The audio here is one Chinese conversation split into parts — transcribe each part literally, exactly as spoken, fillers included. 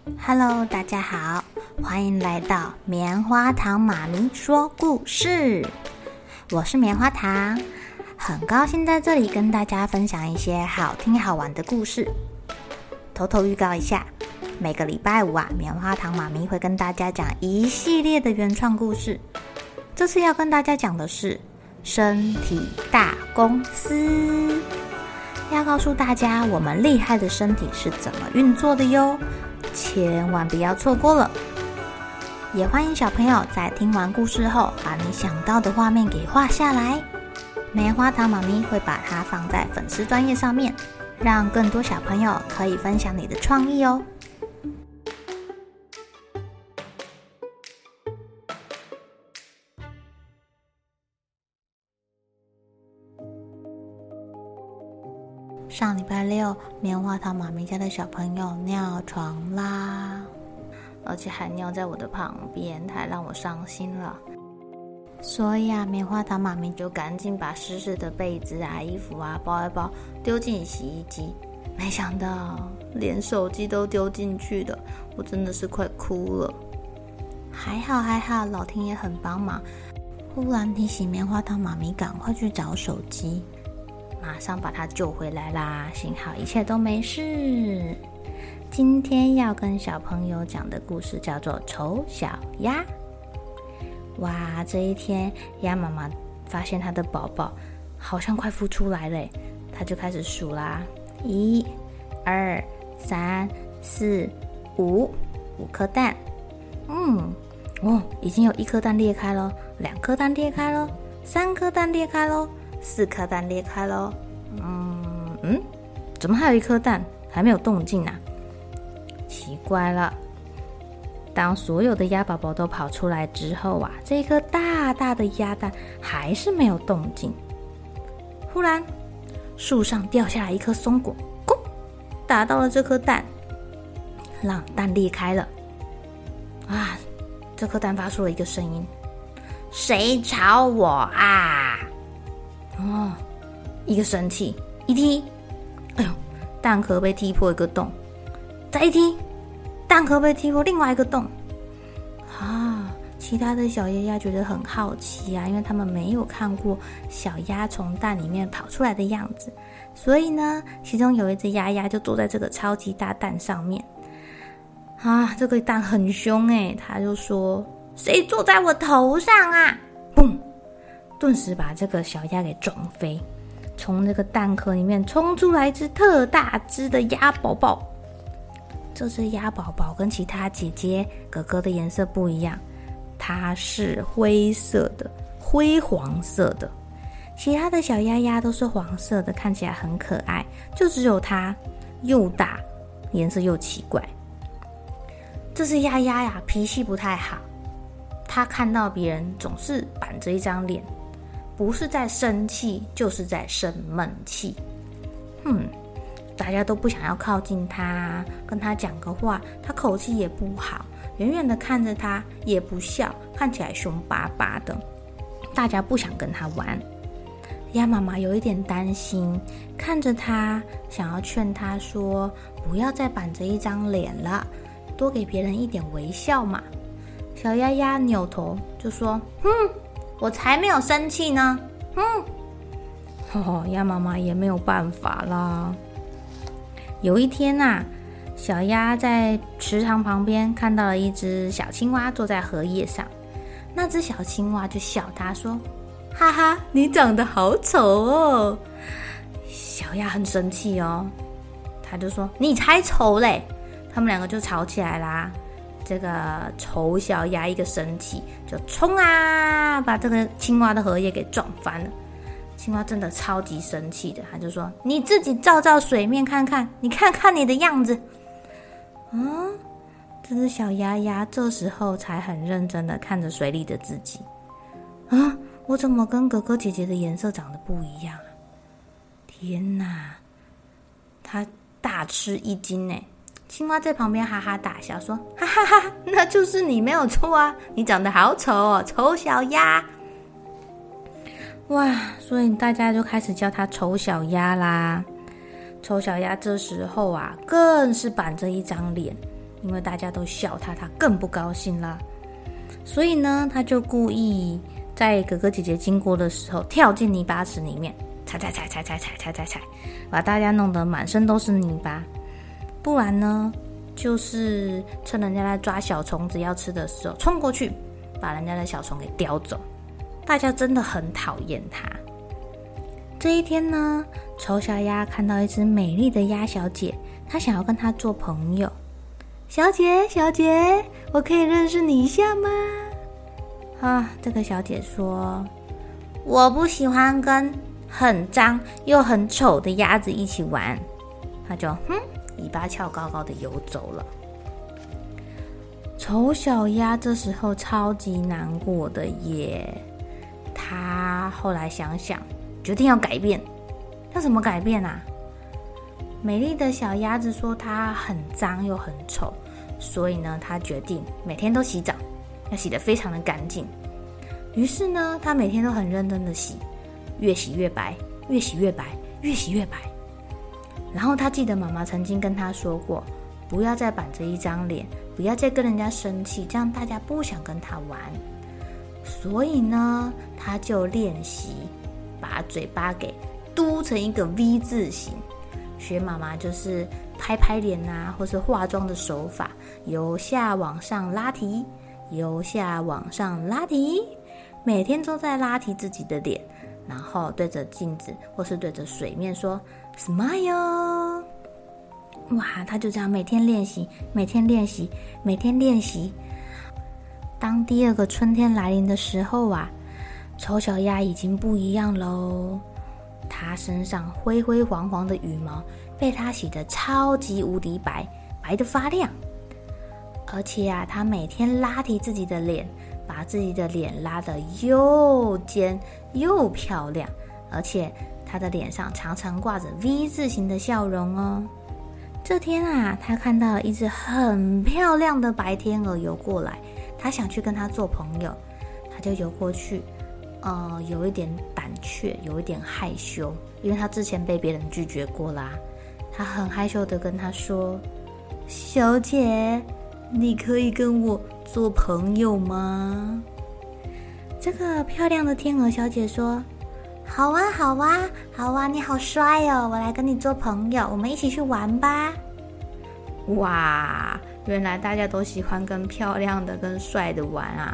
Hello， 大家好，欢迎来到棉花糖妈咪说故事。我是棉花糖，很高兴在这里跟大家分享一些好听好玩的故事。偷偷预告一下，每个礼拜五啊，棉花糖妈咪会跟大家讲一系列的原创故事。这次要跟大家讲的是身体大公司，要告诉大家我们厉害的身体是怎么运作的哟，千万不要错过了。也欢迎小朋友在听完故事后，把你想到的画面给画下来。棉花糖妈咪会把它放在粉丝专页上面，让更多小朋友可以分享你的创意哦。上礼拜六，棉花糖妈咪家的小朋友尿床啦，而且还尿在我的旁边，太让我伤心了。所以啊，棉花糖妈咪就赶紧把湿湿的被子啊、衣服啊包一包，丢进洗衣机。没想到连手机都丢进去了，我真的是快哭了。还好还好，老天爷很帮忙，忽然提醒棉花糖妈咪赶快去找手机。马上把它救回来啦，幸好一切都没事。今天要跟小朋友讲的故事叫做丑小鸭。哇，这一天鸭妈妈发现她的宝宝好像快孵出来了，她就开始数啦，一、二、三、四、五，五颗蛋。嗯，哦，已经有一颗蛋裂开了，两颗蛋裂开了，三颗蛋裂开了，四颗蛋裂开咯。嗯嗯，怎么还有一颗蛋还没有动静啊？奇怪了。当所有的鸭宝宝都跑出来之后啊，这颗大大的鸭蛋还是没有动静。忽然，树上掉下来一颗松果，咕，打到了这颗蛋，让蛋裂开了。啊，这颗蛋发出了一个声音：谁吵我啊？哦，一个生气，一踢，哎呦，蛋壳被踢破一个洞，再一踢，蛋壳被踢破另外一个洞。啊，其他的小鸭鸭觉得很好奇啊，因为他们没有看过小鸭从蛋里面跑出来的样子，所以呢，其中有一只鸭鸭就坐在这个超级大蛋上面。啊，这个蛋很凶哎，他就说：谁坐在我头上啊？嘣！顿时把这个小鸭给撞飞，从这个蛋壳里面冲出来一只特大只的鸭宝宝。这只鸭宝宝跟其他姐姐哥哥的颜色不一样，它是灰色的，灰黄色的。其他的小鸭鸭都是黄色的，看起来很可爱，就只有它又大，颜色又奇怪。这只鸭鸭呀，脾气不太好，它看到别人总是板着一张脸，不是在生气，就是在生闷气。嗯，大家都不想要靠近他，跟他讲个话，他口气也不好，远远的看着他也不笑，看起来凶巴巴的，大家不想跟他玩。鸭妈妈有一点担心，看着他，想要劝他说，不要再板着一张脸了，多给别人一点微笑嘛。小鸭鸭扭头就说：哼，我才没有生气呢。嗯，哦，鸭妈妈也没有办法啦。有一天啊，小鸭在池塘旁边看到了一只小青蛙坐在荷叶上，那只小青蛙就笑它说：哈哈，你长得好丑哦。小鸭很生气哦，他就说：你才丑嘞。他们两个就吵起来啦。这个丑小鸭一个生气就冲啊，把这个青蛙的荷叶给撞翻了。青蛙真的超级生气的，他就说：你自己照照水面看看，你看看你的样子。嗯，这只小鸭鸭这时候才很认真的看着水里的自己。啊，我怎么跟哥哥姐姐的颜色长得不一样啊？天哪，他大吃一惊耶。青蛙在旁边哈哈大笑说：哈哈哈，那就是你没有错啊，你长得好丑哦，丑小鸭。哇，所以大家就开始叫它丑小鸭啦。丑小鸭这时候啊，更是板着一张脸， 因为大家都笑他，他更不高兴啦。所以呢，他就故意在哥哥姐姐经过的时候跳进泥巴池里面，踩踩踩踩踩踩踩踩踩，把大家弄得满身都是泥巴。不然呢，就是趁人家在抓小虫子要吃的时候冲过去，把人家的小虫给叼走。大家真的很讨厌他。这一天呢，丑小鸭看到一只美丽的鸭小姐，她想要跟她做朋友。小姐小姐，我可以认识你一下吗？啊，这个小姐说，我不喜欢跟很脏又很丑的鸭子一起玩。她就哼，尾巴翘高高的游走了。丑小鸭这时候超级难过的耶，他后来想想，决定要改变。要怎么改变啊？美丽的小鸭子说它很脏又很丑，所以呢，他决定每天都洗澡，要洗得非常的干净。于是呢，他每天都很认真的洗，越洗越白，越洗越白，越洗越白。然后他记得妈妈曾经跟他说过，不要再板着一张脸，不要再跟人家生气，这样大家不想跟他玩。所以呢，他就练习把嘴巴给嘟成一个 V 字形，学妈妈就是拍拍脸啊，或是化妆的手法，由下往上拉提，由下往上拉提，每天都在拉提自己的脸，然后对着镜子或是对着水面说 Smile。 哇，他就这样每天练习，每天练习，每天练习。当第二个春天来临的时候啊，丑小鸭已经不一样咯。它身上灰灰黄黄的羽毛被它洗得超级无敌白，白得发亮。而且啊，它每天拉提自己的脸，把自己的脸拉得又尖又漂亮，而且它的脸上常常挂着 V 字形的笑容哦。这天啊，他看到了一只很漂亮的白天鹅游过来，他想去跟它做朋友，他就游过去，呃，有一点胆怯，有一点害羞，因为他之前被别人拒绝过啦。他很害羞的跟他说：“小姐，你可以跟我做朋友吗？”这个漂亮的天鹅小姐说：“好啊，好啊，好啊，你好帅哦，我来跟你做朋友，我们一起去玩吧。”哇，原来大家都喜欢跟漂亮的、跟帅的玩啊。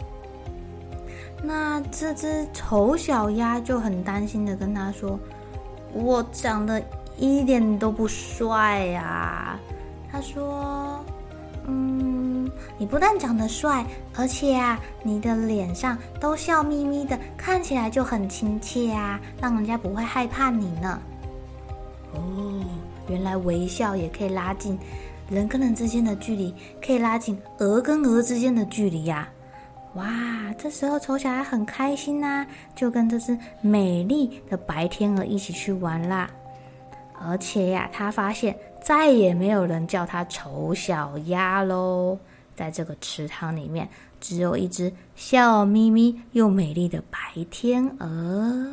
那这只丑小鸭就很担心的跟他说：“我长得一点都不帅啊。”他说：“嗯，你不但长得帅，而且啊，你的脸上都笑眯眯的，看起来就很亲切啊，让人家不会害怕你呢。”哦，原来微笑也可以拉近人跟人之间的距离，可以拉近鹅跟鹅之间的距离呀、啊！哇，这时候丑小鸭很开心啊，就跟这只美丽的白天鹅一起去玩啦。而且呀、啊，他发现再也没有人叫他丑小鸭咯，在这个池塘里面，只有一只笑眯眯又美丽的白天鹅。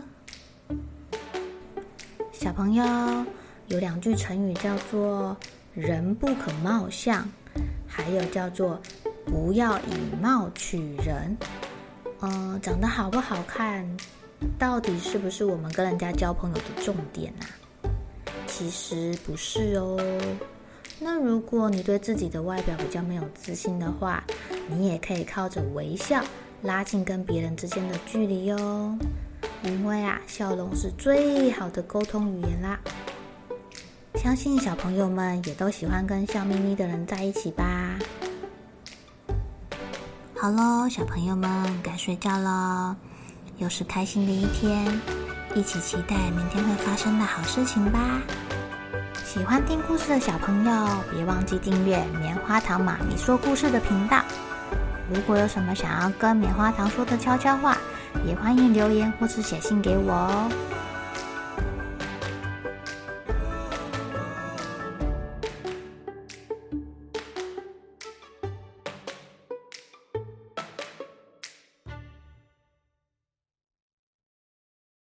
小朋友，有两句成语叫做人不可貌相，还有叫做不要以貌取人。呃，长得好不好看，到底是不是我们跟人家交朋友的重点啊？其实不是哦。那如果你对自己的外表比较没有自信的话，你也可以靠着微笑拉近跟别人之间的距离哦。因为啊，笑容是最好的沟通语言啦。相信小朋友们也都喜欢跟笑眯眯的人在一起吧。好咯，小朋友们该睡觉咯，又是开心的一天，一起期待明天会发生的好事情吧。喜欢听故事的小朋友，别忘记订阅棉花糖妈咪说故事的频道。如果有什么想要跟棉花糖说的悄悄话，也欢迎留言或是写信给我哦。